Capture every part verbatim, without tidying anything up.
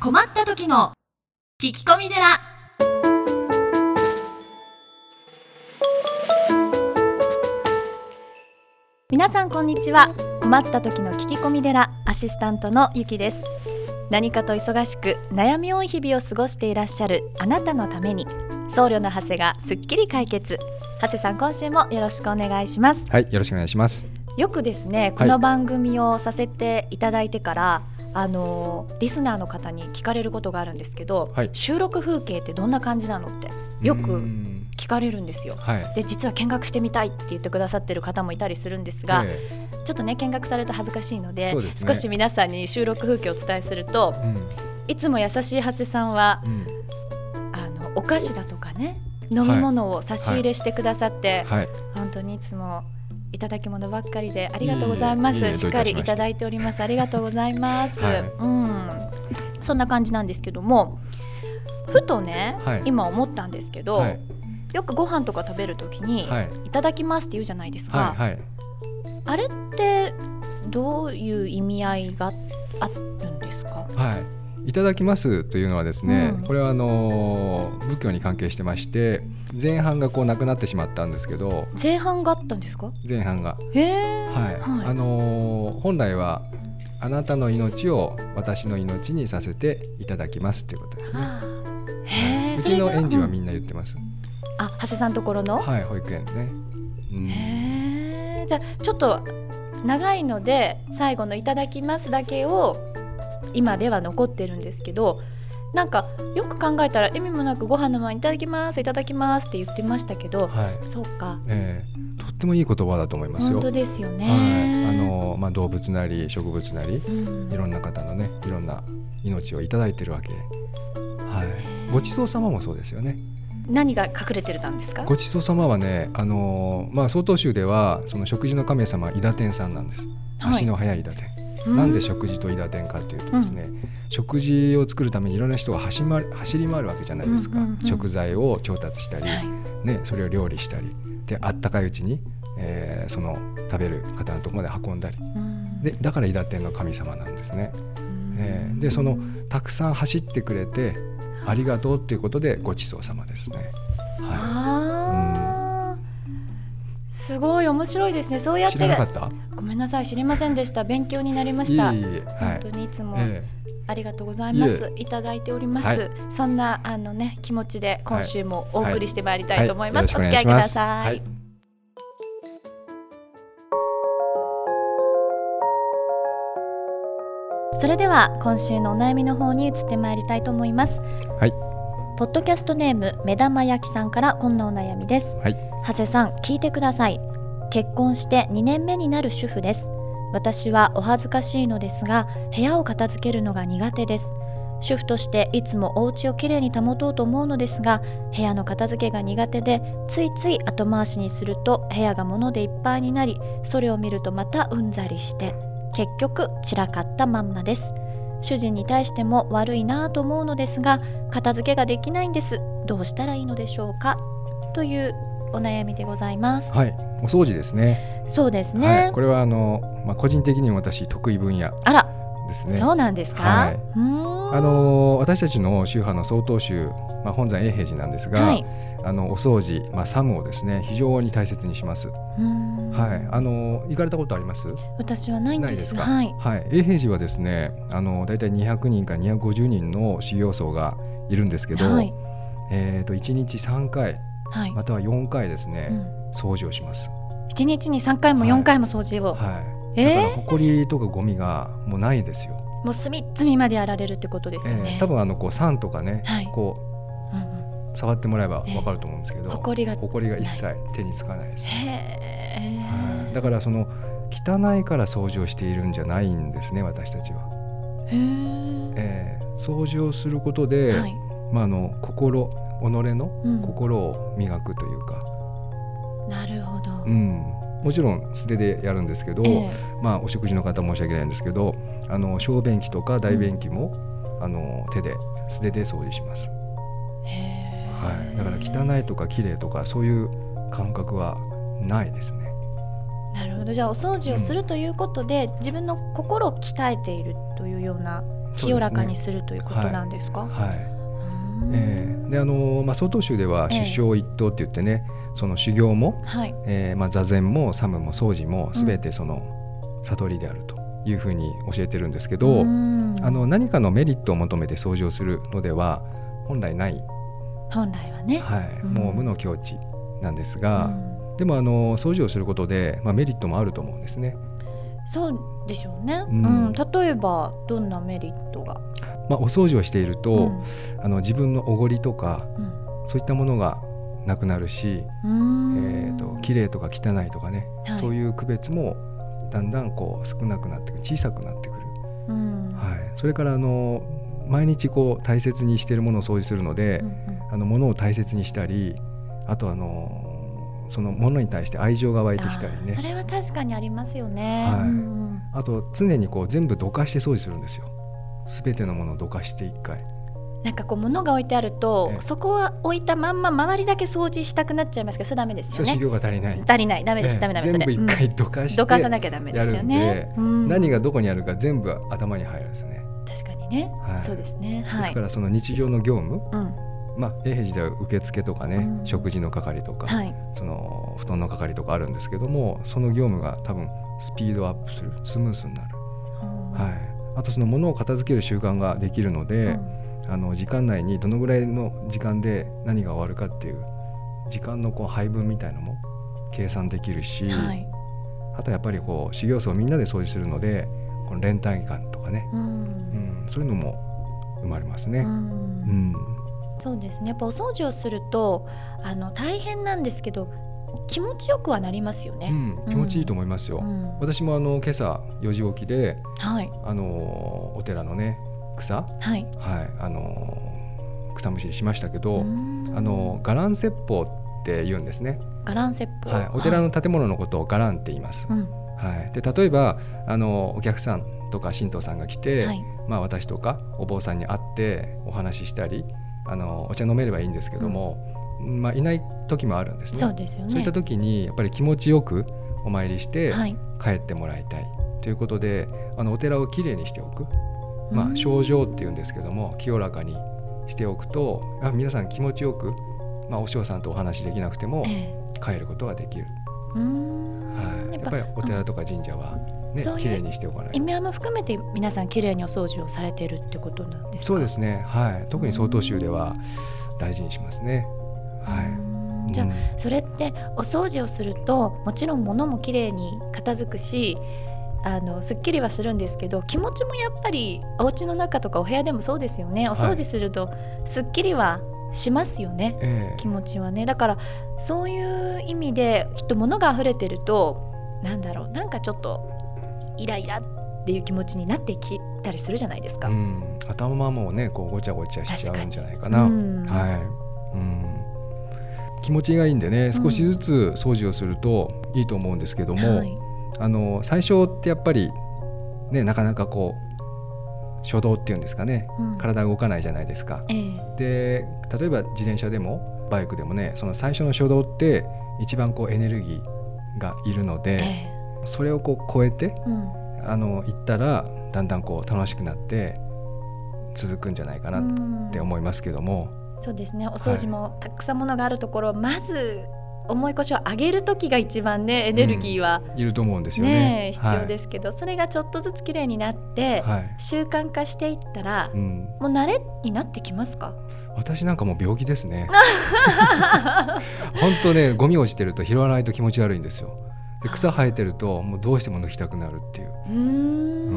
困った時の聞き込み寺。 皆さんこんにちは。困った時の聞き込み寺、アシスタントのゆきです。何かと忙しく悩み多い日々を過ごしていらっしゃるあなたのために、僧侶の長谷がすっきり解決。長谷さん、今週もよろしくお願いします。 はい、よろしくお願いします。 よくですね、この番組をさせていただいてから、はい、あのリスナーの方に聞かれることがあるんですけど、はい、収録風景ってどんな感じなのってよく聞かれるんですよ、はい、で実は見学してみたいって言ってくださってる方もいたりするんですが、えー、ちょっとね見学されると恥ずかしいの で, で、ね、少し皆さんに収録風景をお伝えすると、うん、いつも優しい長谷さんは、うん、あのお菓子だとかね、飲み物を差し入れしてくださって、はいはい、本当にいつもいただき物ばっかりでありがとうございます。いいしっかりいただいております。ありがとうございます、はい、うん、そんな感じなんですけども、ふとね、はい、今思ったんですけど、はい、よくご飯とか食べるときに、はい、いただきますって言うじゃないですか、はいはい、あれってどういう意味合いがあるんですか？ はい、いただきますというのはですね、うん、これはあの仏教に関係してまして、前半がこうなくなってしまったんですけど。 前半があったんですか？前半が、 へー、 はいはい、あのー、本来はあなたの命を私の命にさせていただきますということですね。 へー、 うちの園児はみんな言ってます、うん、 あ、長谷さんのところの、 はい、保育園ね、 うん、へー、じゃあちょっと長いので最後のいただきますだけを今では残ってるんですけど、なんかよく考えたら意味もなくご飯の前にいただきますいただきますって言ってましたけど、はい、そうか、 えー、とってもいい言葉だと思いますよ。 本当ですよね、 はい、あのまあ、動物なり植物なり、うん、いろんな方のね、いろんな命をいただいてるわけ、はい、ごちそうさまもそうですよね。 何が隠れてたんですか？ ごちそうさまはね、あの、まあ、曹洞宗ではその食事の神様は伊達天さんなんです、はい、足の速い伊達天。なんで食事と伊達天かというとですね、うん、食事を作るためにいろんな人が走り回る、走り回るわけじゃないですか、うんうんうん、食材を調達したり、はい、ね、それを料理したりで、あったかいうちに、えー、その食べる方のところまで運んだり、うん、でだから伊達天の神様なんですね、うんえー、でそのたくさん走ってくれてありがとうっていうことでごちそうさまですね、はい、 あ、うん、すごい面白いですね。そうやって。 知らなかった？ ごめんなさい、知りませんでした。勉強になりました。 いえいえ、 本当にいつも、えー、ありがとうございます。いただいております、はい、そんなあの、ね、気持ちで今週もお送りしてまいりたいと思います、はいはい、お付き合いください、はい。それでは今週のお悩みの方に移ってまいりたいと思います、 はい。 ポッドキャストネーム目玉焼きさんからこんなお悩みです、はい。長谷さん、聞いてください。結婚してにねんめになる主婦です。私はお恥ずかしいのですが、部屋を片付けるのが苦手です。主婦としていつもお家をきれいに保とうと思うのですが、部屋の片付けが苦手で、ついつい後回しにすると部屋が物でいっぱいになり、それを見るとまたうんざりして、結局散らかったまんまです。主人に対しても悪いなと思うのですが、片付けができないんです。どうしたらいいのでしょうか、というお悩みでございます。 はい、お掃除ですね。 そうですね、 はい、これはあの、まあ、個人的にも私得意分野ですね。 そうなんですか、はい、うーん、 あの私たちの宗派の曹洞宗、まあ、本山永平寺なんですが、はい、あのお掃除、まあ、作務をですね非常に大切にします。うーん、はい、あの行かれたことあります？ 私はないんです。 ないですか、 はいはい、永平寺はですね、あのだいたいにひゃくにんからにひゃくごじゅうにんの修行僧がいるんですけど、はい、えー、といちにちさんかい、はい、またはよんかいですね、うん、掃除をします。 いちにちにさんかいもよんかいも掃除を、 はいはい、だから埃とかゴミがもうないですよ。 もう隅々までやられるってことですよね、 えー、多分あのこう酸とかね、はい、こう、うんうん、触ってもらえば分かると思うんですけど、えー、埃が埃が一切手につかないです、ね、へー、はい、だからその汚いから掃除をしているんじゃないんですね、私たちは。 へー、 えー、掃除をすることで、はい、まあ、あの心己の心を磨くというか、 うん、なるほど、 うん、もちろん素手でやるんですけど、えーまあ、お食事の方申し訳ないんですけど、あの小便器とか大便器も、うん、あの手で素手で掃除します。へー、はい、だから汚いとか綺麗とかそういう感覚はないですね。 なるほほど。じゃあお掃除をするということで、うん、自分の心を鍛えているというような、清らかにするということなんですか？ はい、はい、えー、であのまあ、曹洞宗では出生一道って言ってね、えー、その修行も、はい、えーまあ、座禅も作務も掃除も全てその悟りであるというふうに教えてるんですけど、うん、あの何かのメリットを求めて掃除をするのでは本来ない、 本来はね、 はい、うん、もう無の境地なんですが、うん、でもあの掃除をすることで、まあ、メリットもあると思うんですね。 そうでしょうね、うんうん、例えばどんなメリットが？ まあ、お掃除をしていると、うん、あの自分のおごりとか、うん、そういったものがなくなるし、えーと、綺麗とか汚いとかね、はい、そういう区別もだんだんこう少なくなってくる、小さくなってくる、うん、はい、それからあの毎日こう大切にしているものを掃除するので、うんうん、あの物を大切にしたり、あとあのそのものに対して愛情が湧いてきたりね。 それは確かにありますよね、 はい、うんうん、あと常にこう全部どかして掃除するんですよ。すべてのものをどかして一回、 なんかこう物が置いてあると、そこは置いたまんま周りだけ掃除したくなっちゃいますけど、それダメですよね。 それ修行が足りない足りないダメです、ダメダメ、それ全部一回どかして、 どかさなきゃダメですよね、 うん、何がどこにあるか全部頭に入るんですね。 確かにね、はい、そうですね、はい、 ですからその日常の業務、うん、まあ、永平寺では受付とかね、うん、食事の係とか、はい、その布団の係とかあるんですけども、その業務が多分スピードアップする、スムースになる、はい、あとその物を片付ける習慣ができるので、うん、あの時間内にどのぐらいの時間で何が終わるかっていう時間のこう配分みたいのも計算できるし、はい、あとやっぱりこう修行僧をみんなで掃除するので、この連帯感とかね、うんうん、そういうのも生まれますね、うんうん、 そうですね。やっぱお掃除をするとあの大変なんですけど気持ちよくはなりますよね、 うん、気持ちいいと思いますよ、うん、私もあの今朝よじ起きで、はい、あのお寺のね草、はいはい、あの草むしりしましたけど、あの伽藍説法って言うんですね。 伽藍説法、 はい、お寺の建物のことを伽藍って言います、はい、はい、で例えばあのお客さんとか神道さんが来て、はい、まあ、私とかお坊さんに会ってお話ししたり、あのお茶飲めればいいんですけども、うん、まあ、いない時もあるんですね。 そうですよね。 そういった時にやっぱり気持ちよくお参りして帰ってもらいたいということで、はい、あのお寺をきれいにしておく、まあ、清浄っていうんですけども、清らかにしておくと、あ、皆さん気持ちよく、まあ、お師匠さんとお話できなくても帰ることができる、えーはい、やっぱりお寺とか神社はね、きれいにしておかない。 意味合いも含めて皆さんきれいにお掃除をされているってことなんですか？ そうですね、はい、特に曹洞宗では大事にしますね、はい、 じゃあ、うん、それってお掃除をするともちろん物もきれいに片付くし、あのすっきりはするんですけど、気持ちもやっぱりお家の中とかお部屋でもそうですよね。お掃除するとすっきりはしますよね、はい、気持ちはね。だからそういう意味できっと物が溢れてると、なんだろう、なんかちょっとイライラっていう気持ちになってきたりするじゃないですか、うん、 頭もねこうごちゃごちゃしちゃうんじゃないかな、うん、はい、うん、気持ちがいいんでね、少しずつ掃除をするといいと思うんですけども、うん、はい、あの最初ってやっぱりね、なかなかこう初動っていうんですかね、うん、体が動かないじゃないですか、えー、で例えば自転車でもバイクでもね、その最初の初動って一番こうエネルギーがいるので、えーそれをこう超えて、うん、あの行ったらだんだんこう楽しくなって続くんじゃないかなって思いますけども、 うん、そうですね。お掃除もたくさんものがあるところ、はい、まず重い腰を上げる時が一番ねエネルギーは、 うん、いると思うんですよね、 必要ですけど、はい、それがちょっとずつきれいになって、はい、習慣化していったら、うん、もう慣れになってきますか？ 私なんかもう病気ですね本当ね、ゴミ落ちてると拾わないと気持ち悪いんですよ。で草生えてるともうどうしても抜きたくなるっていう。うーん、うん、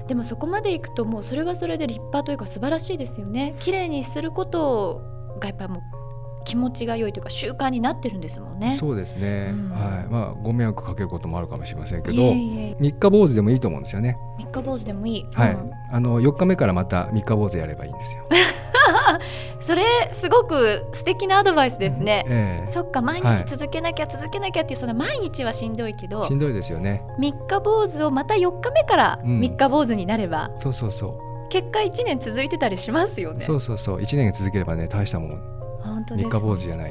でもそこまでいくともうそれはそれで立派というか素晴らしいですよね。きれいにすることがやっぱりもう気持ちが良いというか習慣になってるんですもんね。 そうですね、うん、はい、まあ、ご迷惑かけることもあるかもしれませんけど、いえいえ、三日坊主でもいいと思うんですよね。 三日坊主でもいい、 はい、うん、あのよっかめからまた三日坊主やればいいんですよそれすごく素敵なアドバイスですね、えー、そっか、毎日続けなきゃ続けなきゃっていう、その毎日はしんどいけどしんどいですよね。 三日坊主をまたよっかめから三日坊主になれば、うん、 そうそうそう、 結果いちねん続いてたりしますよね。 そうそうそう、いちねん続ければね、大したもん。 本当ですね、 三日坊主じゃないし。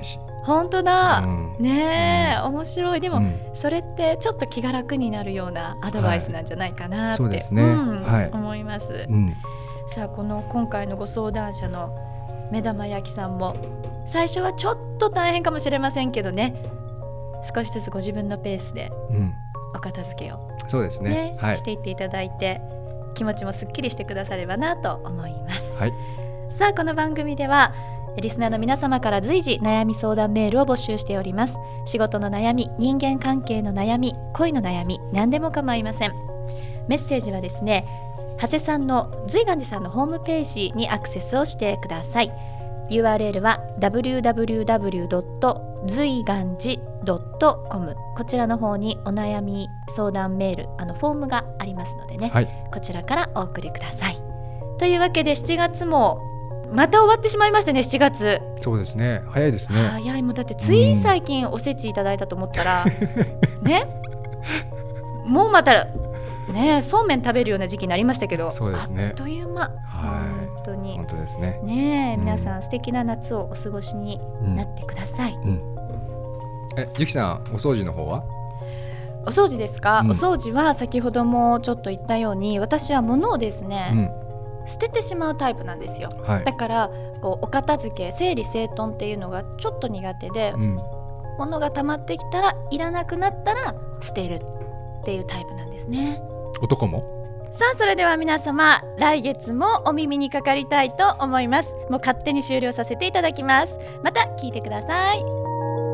本当だ、 うん、 ねえ、 うん、 面白い。でも、うん、それってちょっと気が楽になるようなアドバイスなんじゃないかなって、はい、そうですね、うん、はい、思います、うん、さあこの今回のご相談者の目玉焼きさんも最初はちょっと大変かもしれませんけどね、少しずつご自分のペースでお片付けを、 うん、そうですね、ね、はい、 していっていただいて気持ちもすっきりしてくださればなと思います、 はい、 さあこの番組ではリスナーの皆様から随時悩み相談メールを募集しております。仕事の悩み、人間関係の悩み、恋の悩み、何でも構いません。メッセージはですね、長谷さんの随願寺さんのホームページにアクセスをしてください。 ユーアールエル は ダブリューダブリューダブリュードットずいがんじドットコム、 こちらの方にお悩み相談メール、あのフォームがありますのでね、はい、こちらからお送りください。というわけでしちがつもまた終わってしまいましたね。しちがつ、 そうですね、早いですね。 早い。もうだってつい最近おせちいただいたと思ったら、うん、ね、もうまたねそうめん食べるような時期になりましたけど、 そうですね、 あっという間、はい、本当に本当ですね。 ねえ、うん、皆さん素敵な夏をお過ごしになってください、うんうん、 えゆきさん、お掃除の方は？ お掃除ですか、うん、お掃除は先ほどもちょっと言ったように、私は物をですね、うん、捨ててしまうタイプなんですよ、はい、だからこうお片付け、整理整頓っていうのがちょっと苦手で、うん、物が溜まってきたらいらなくなったら捨てるっていうタイプなんですね。 男も？ さあそれでは皆様、来月もお耳にかかりたいと思います。もう勝手に終了させていただきます。また聞いてください。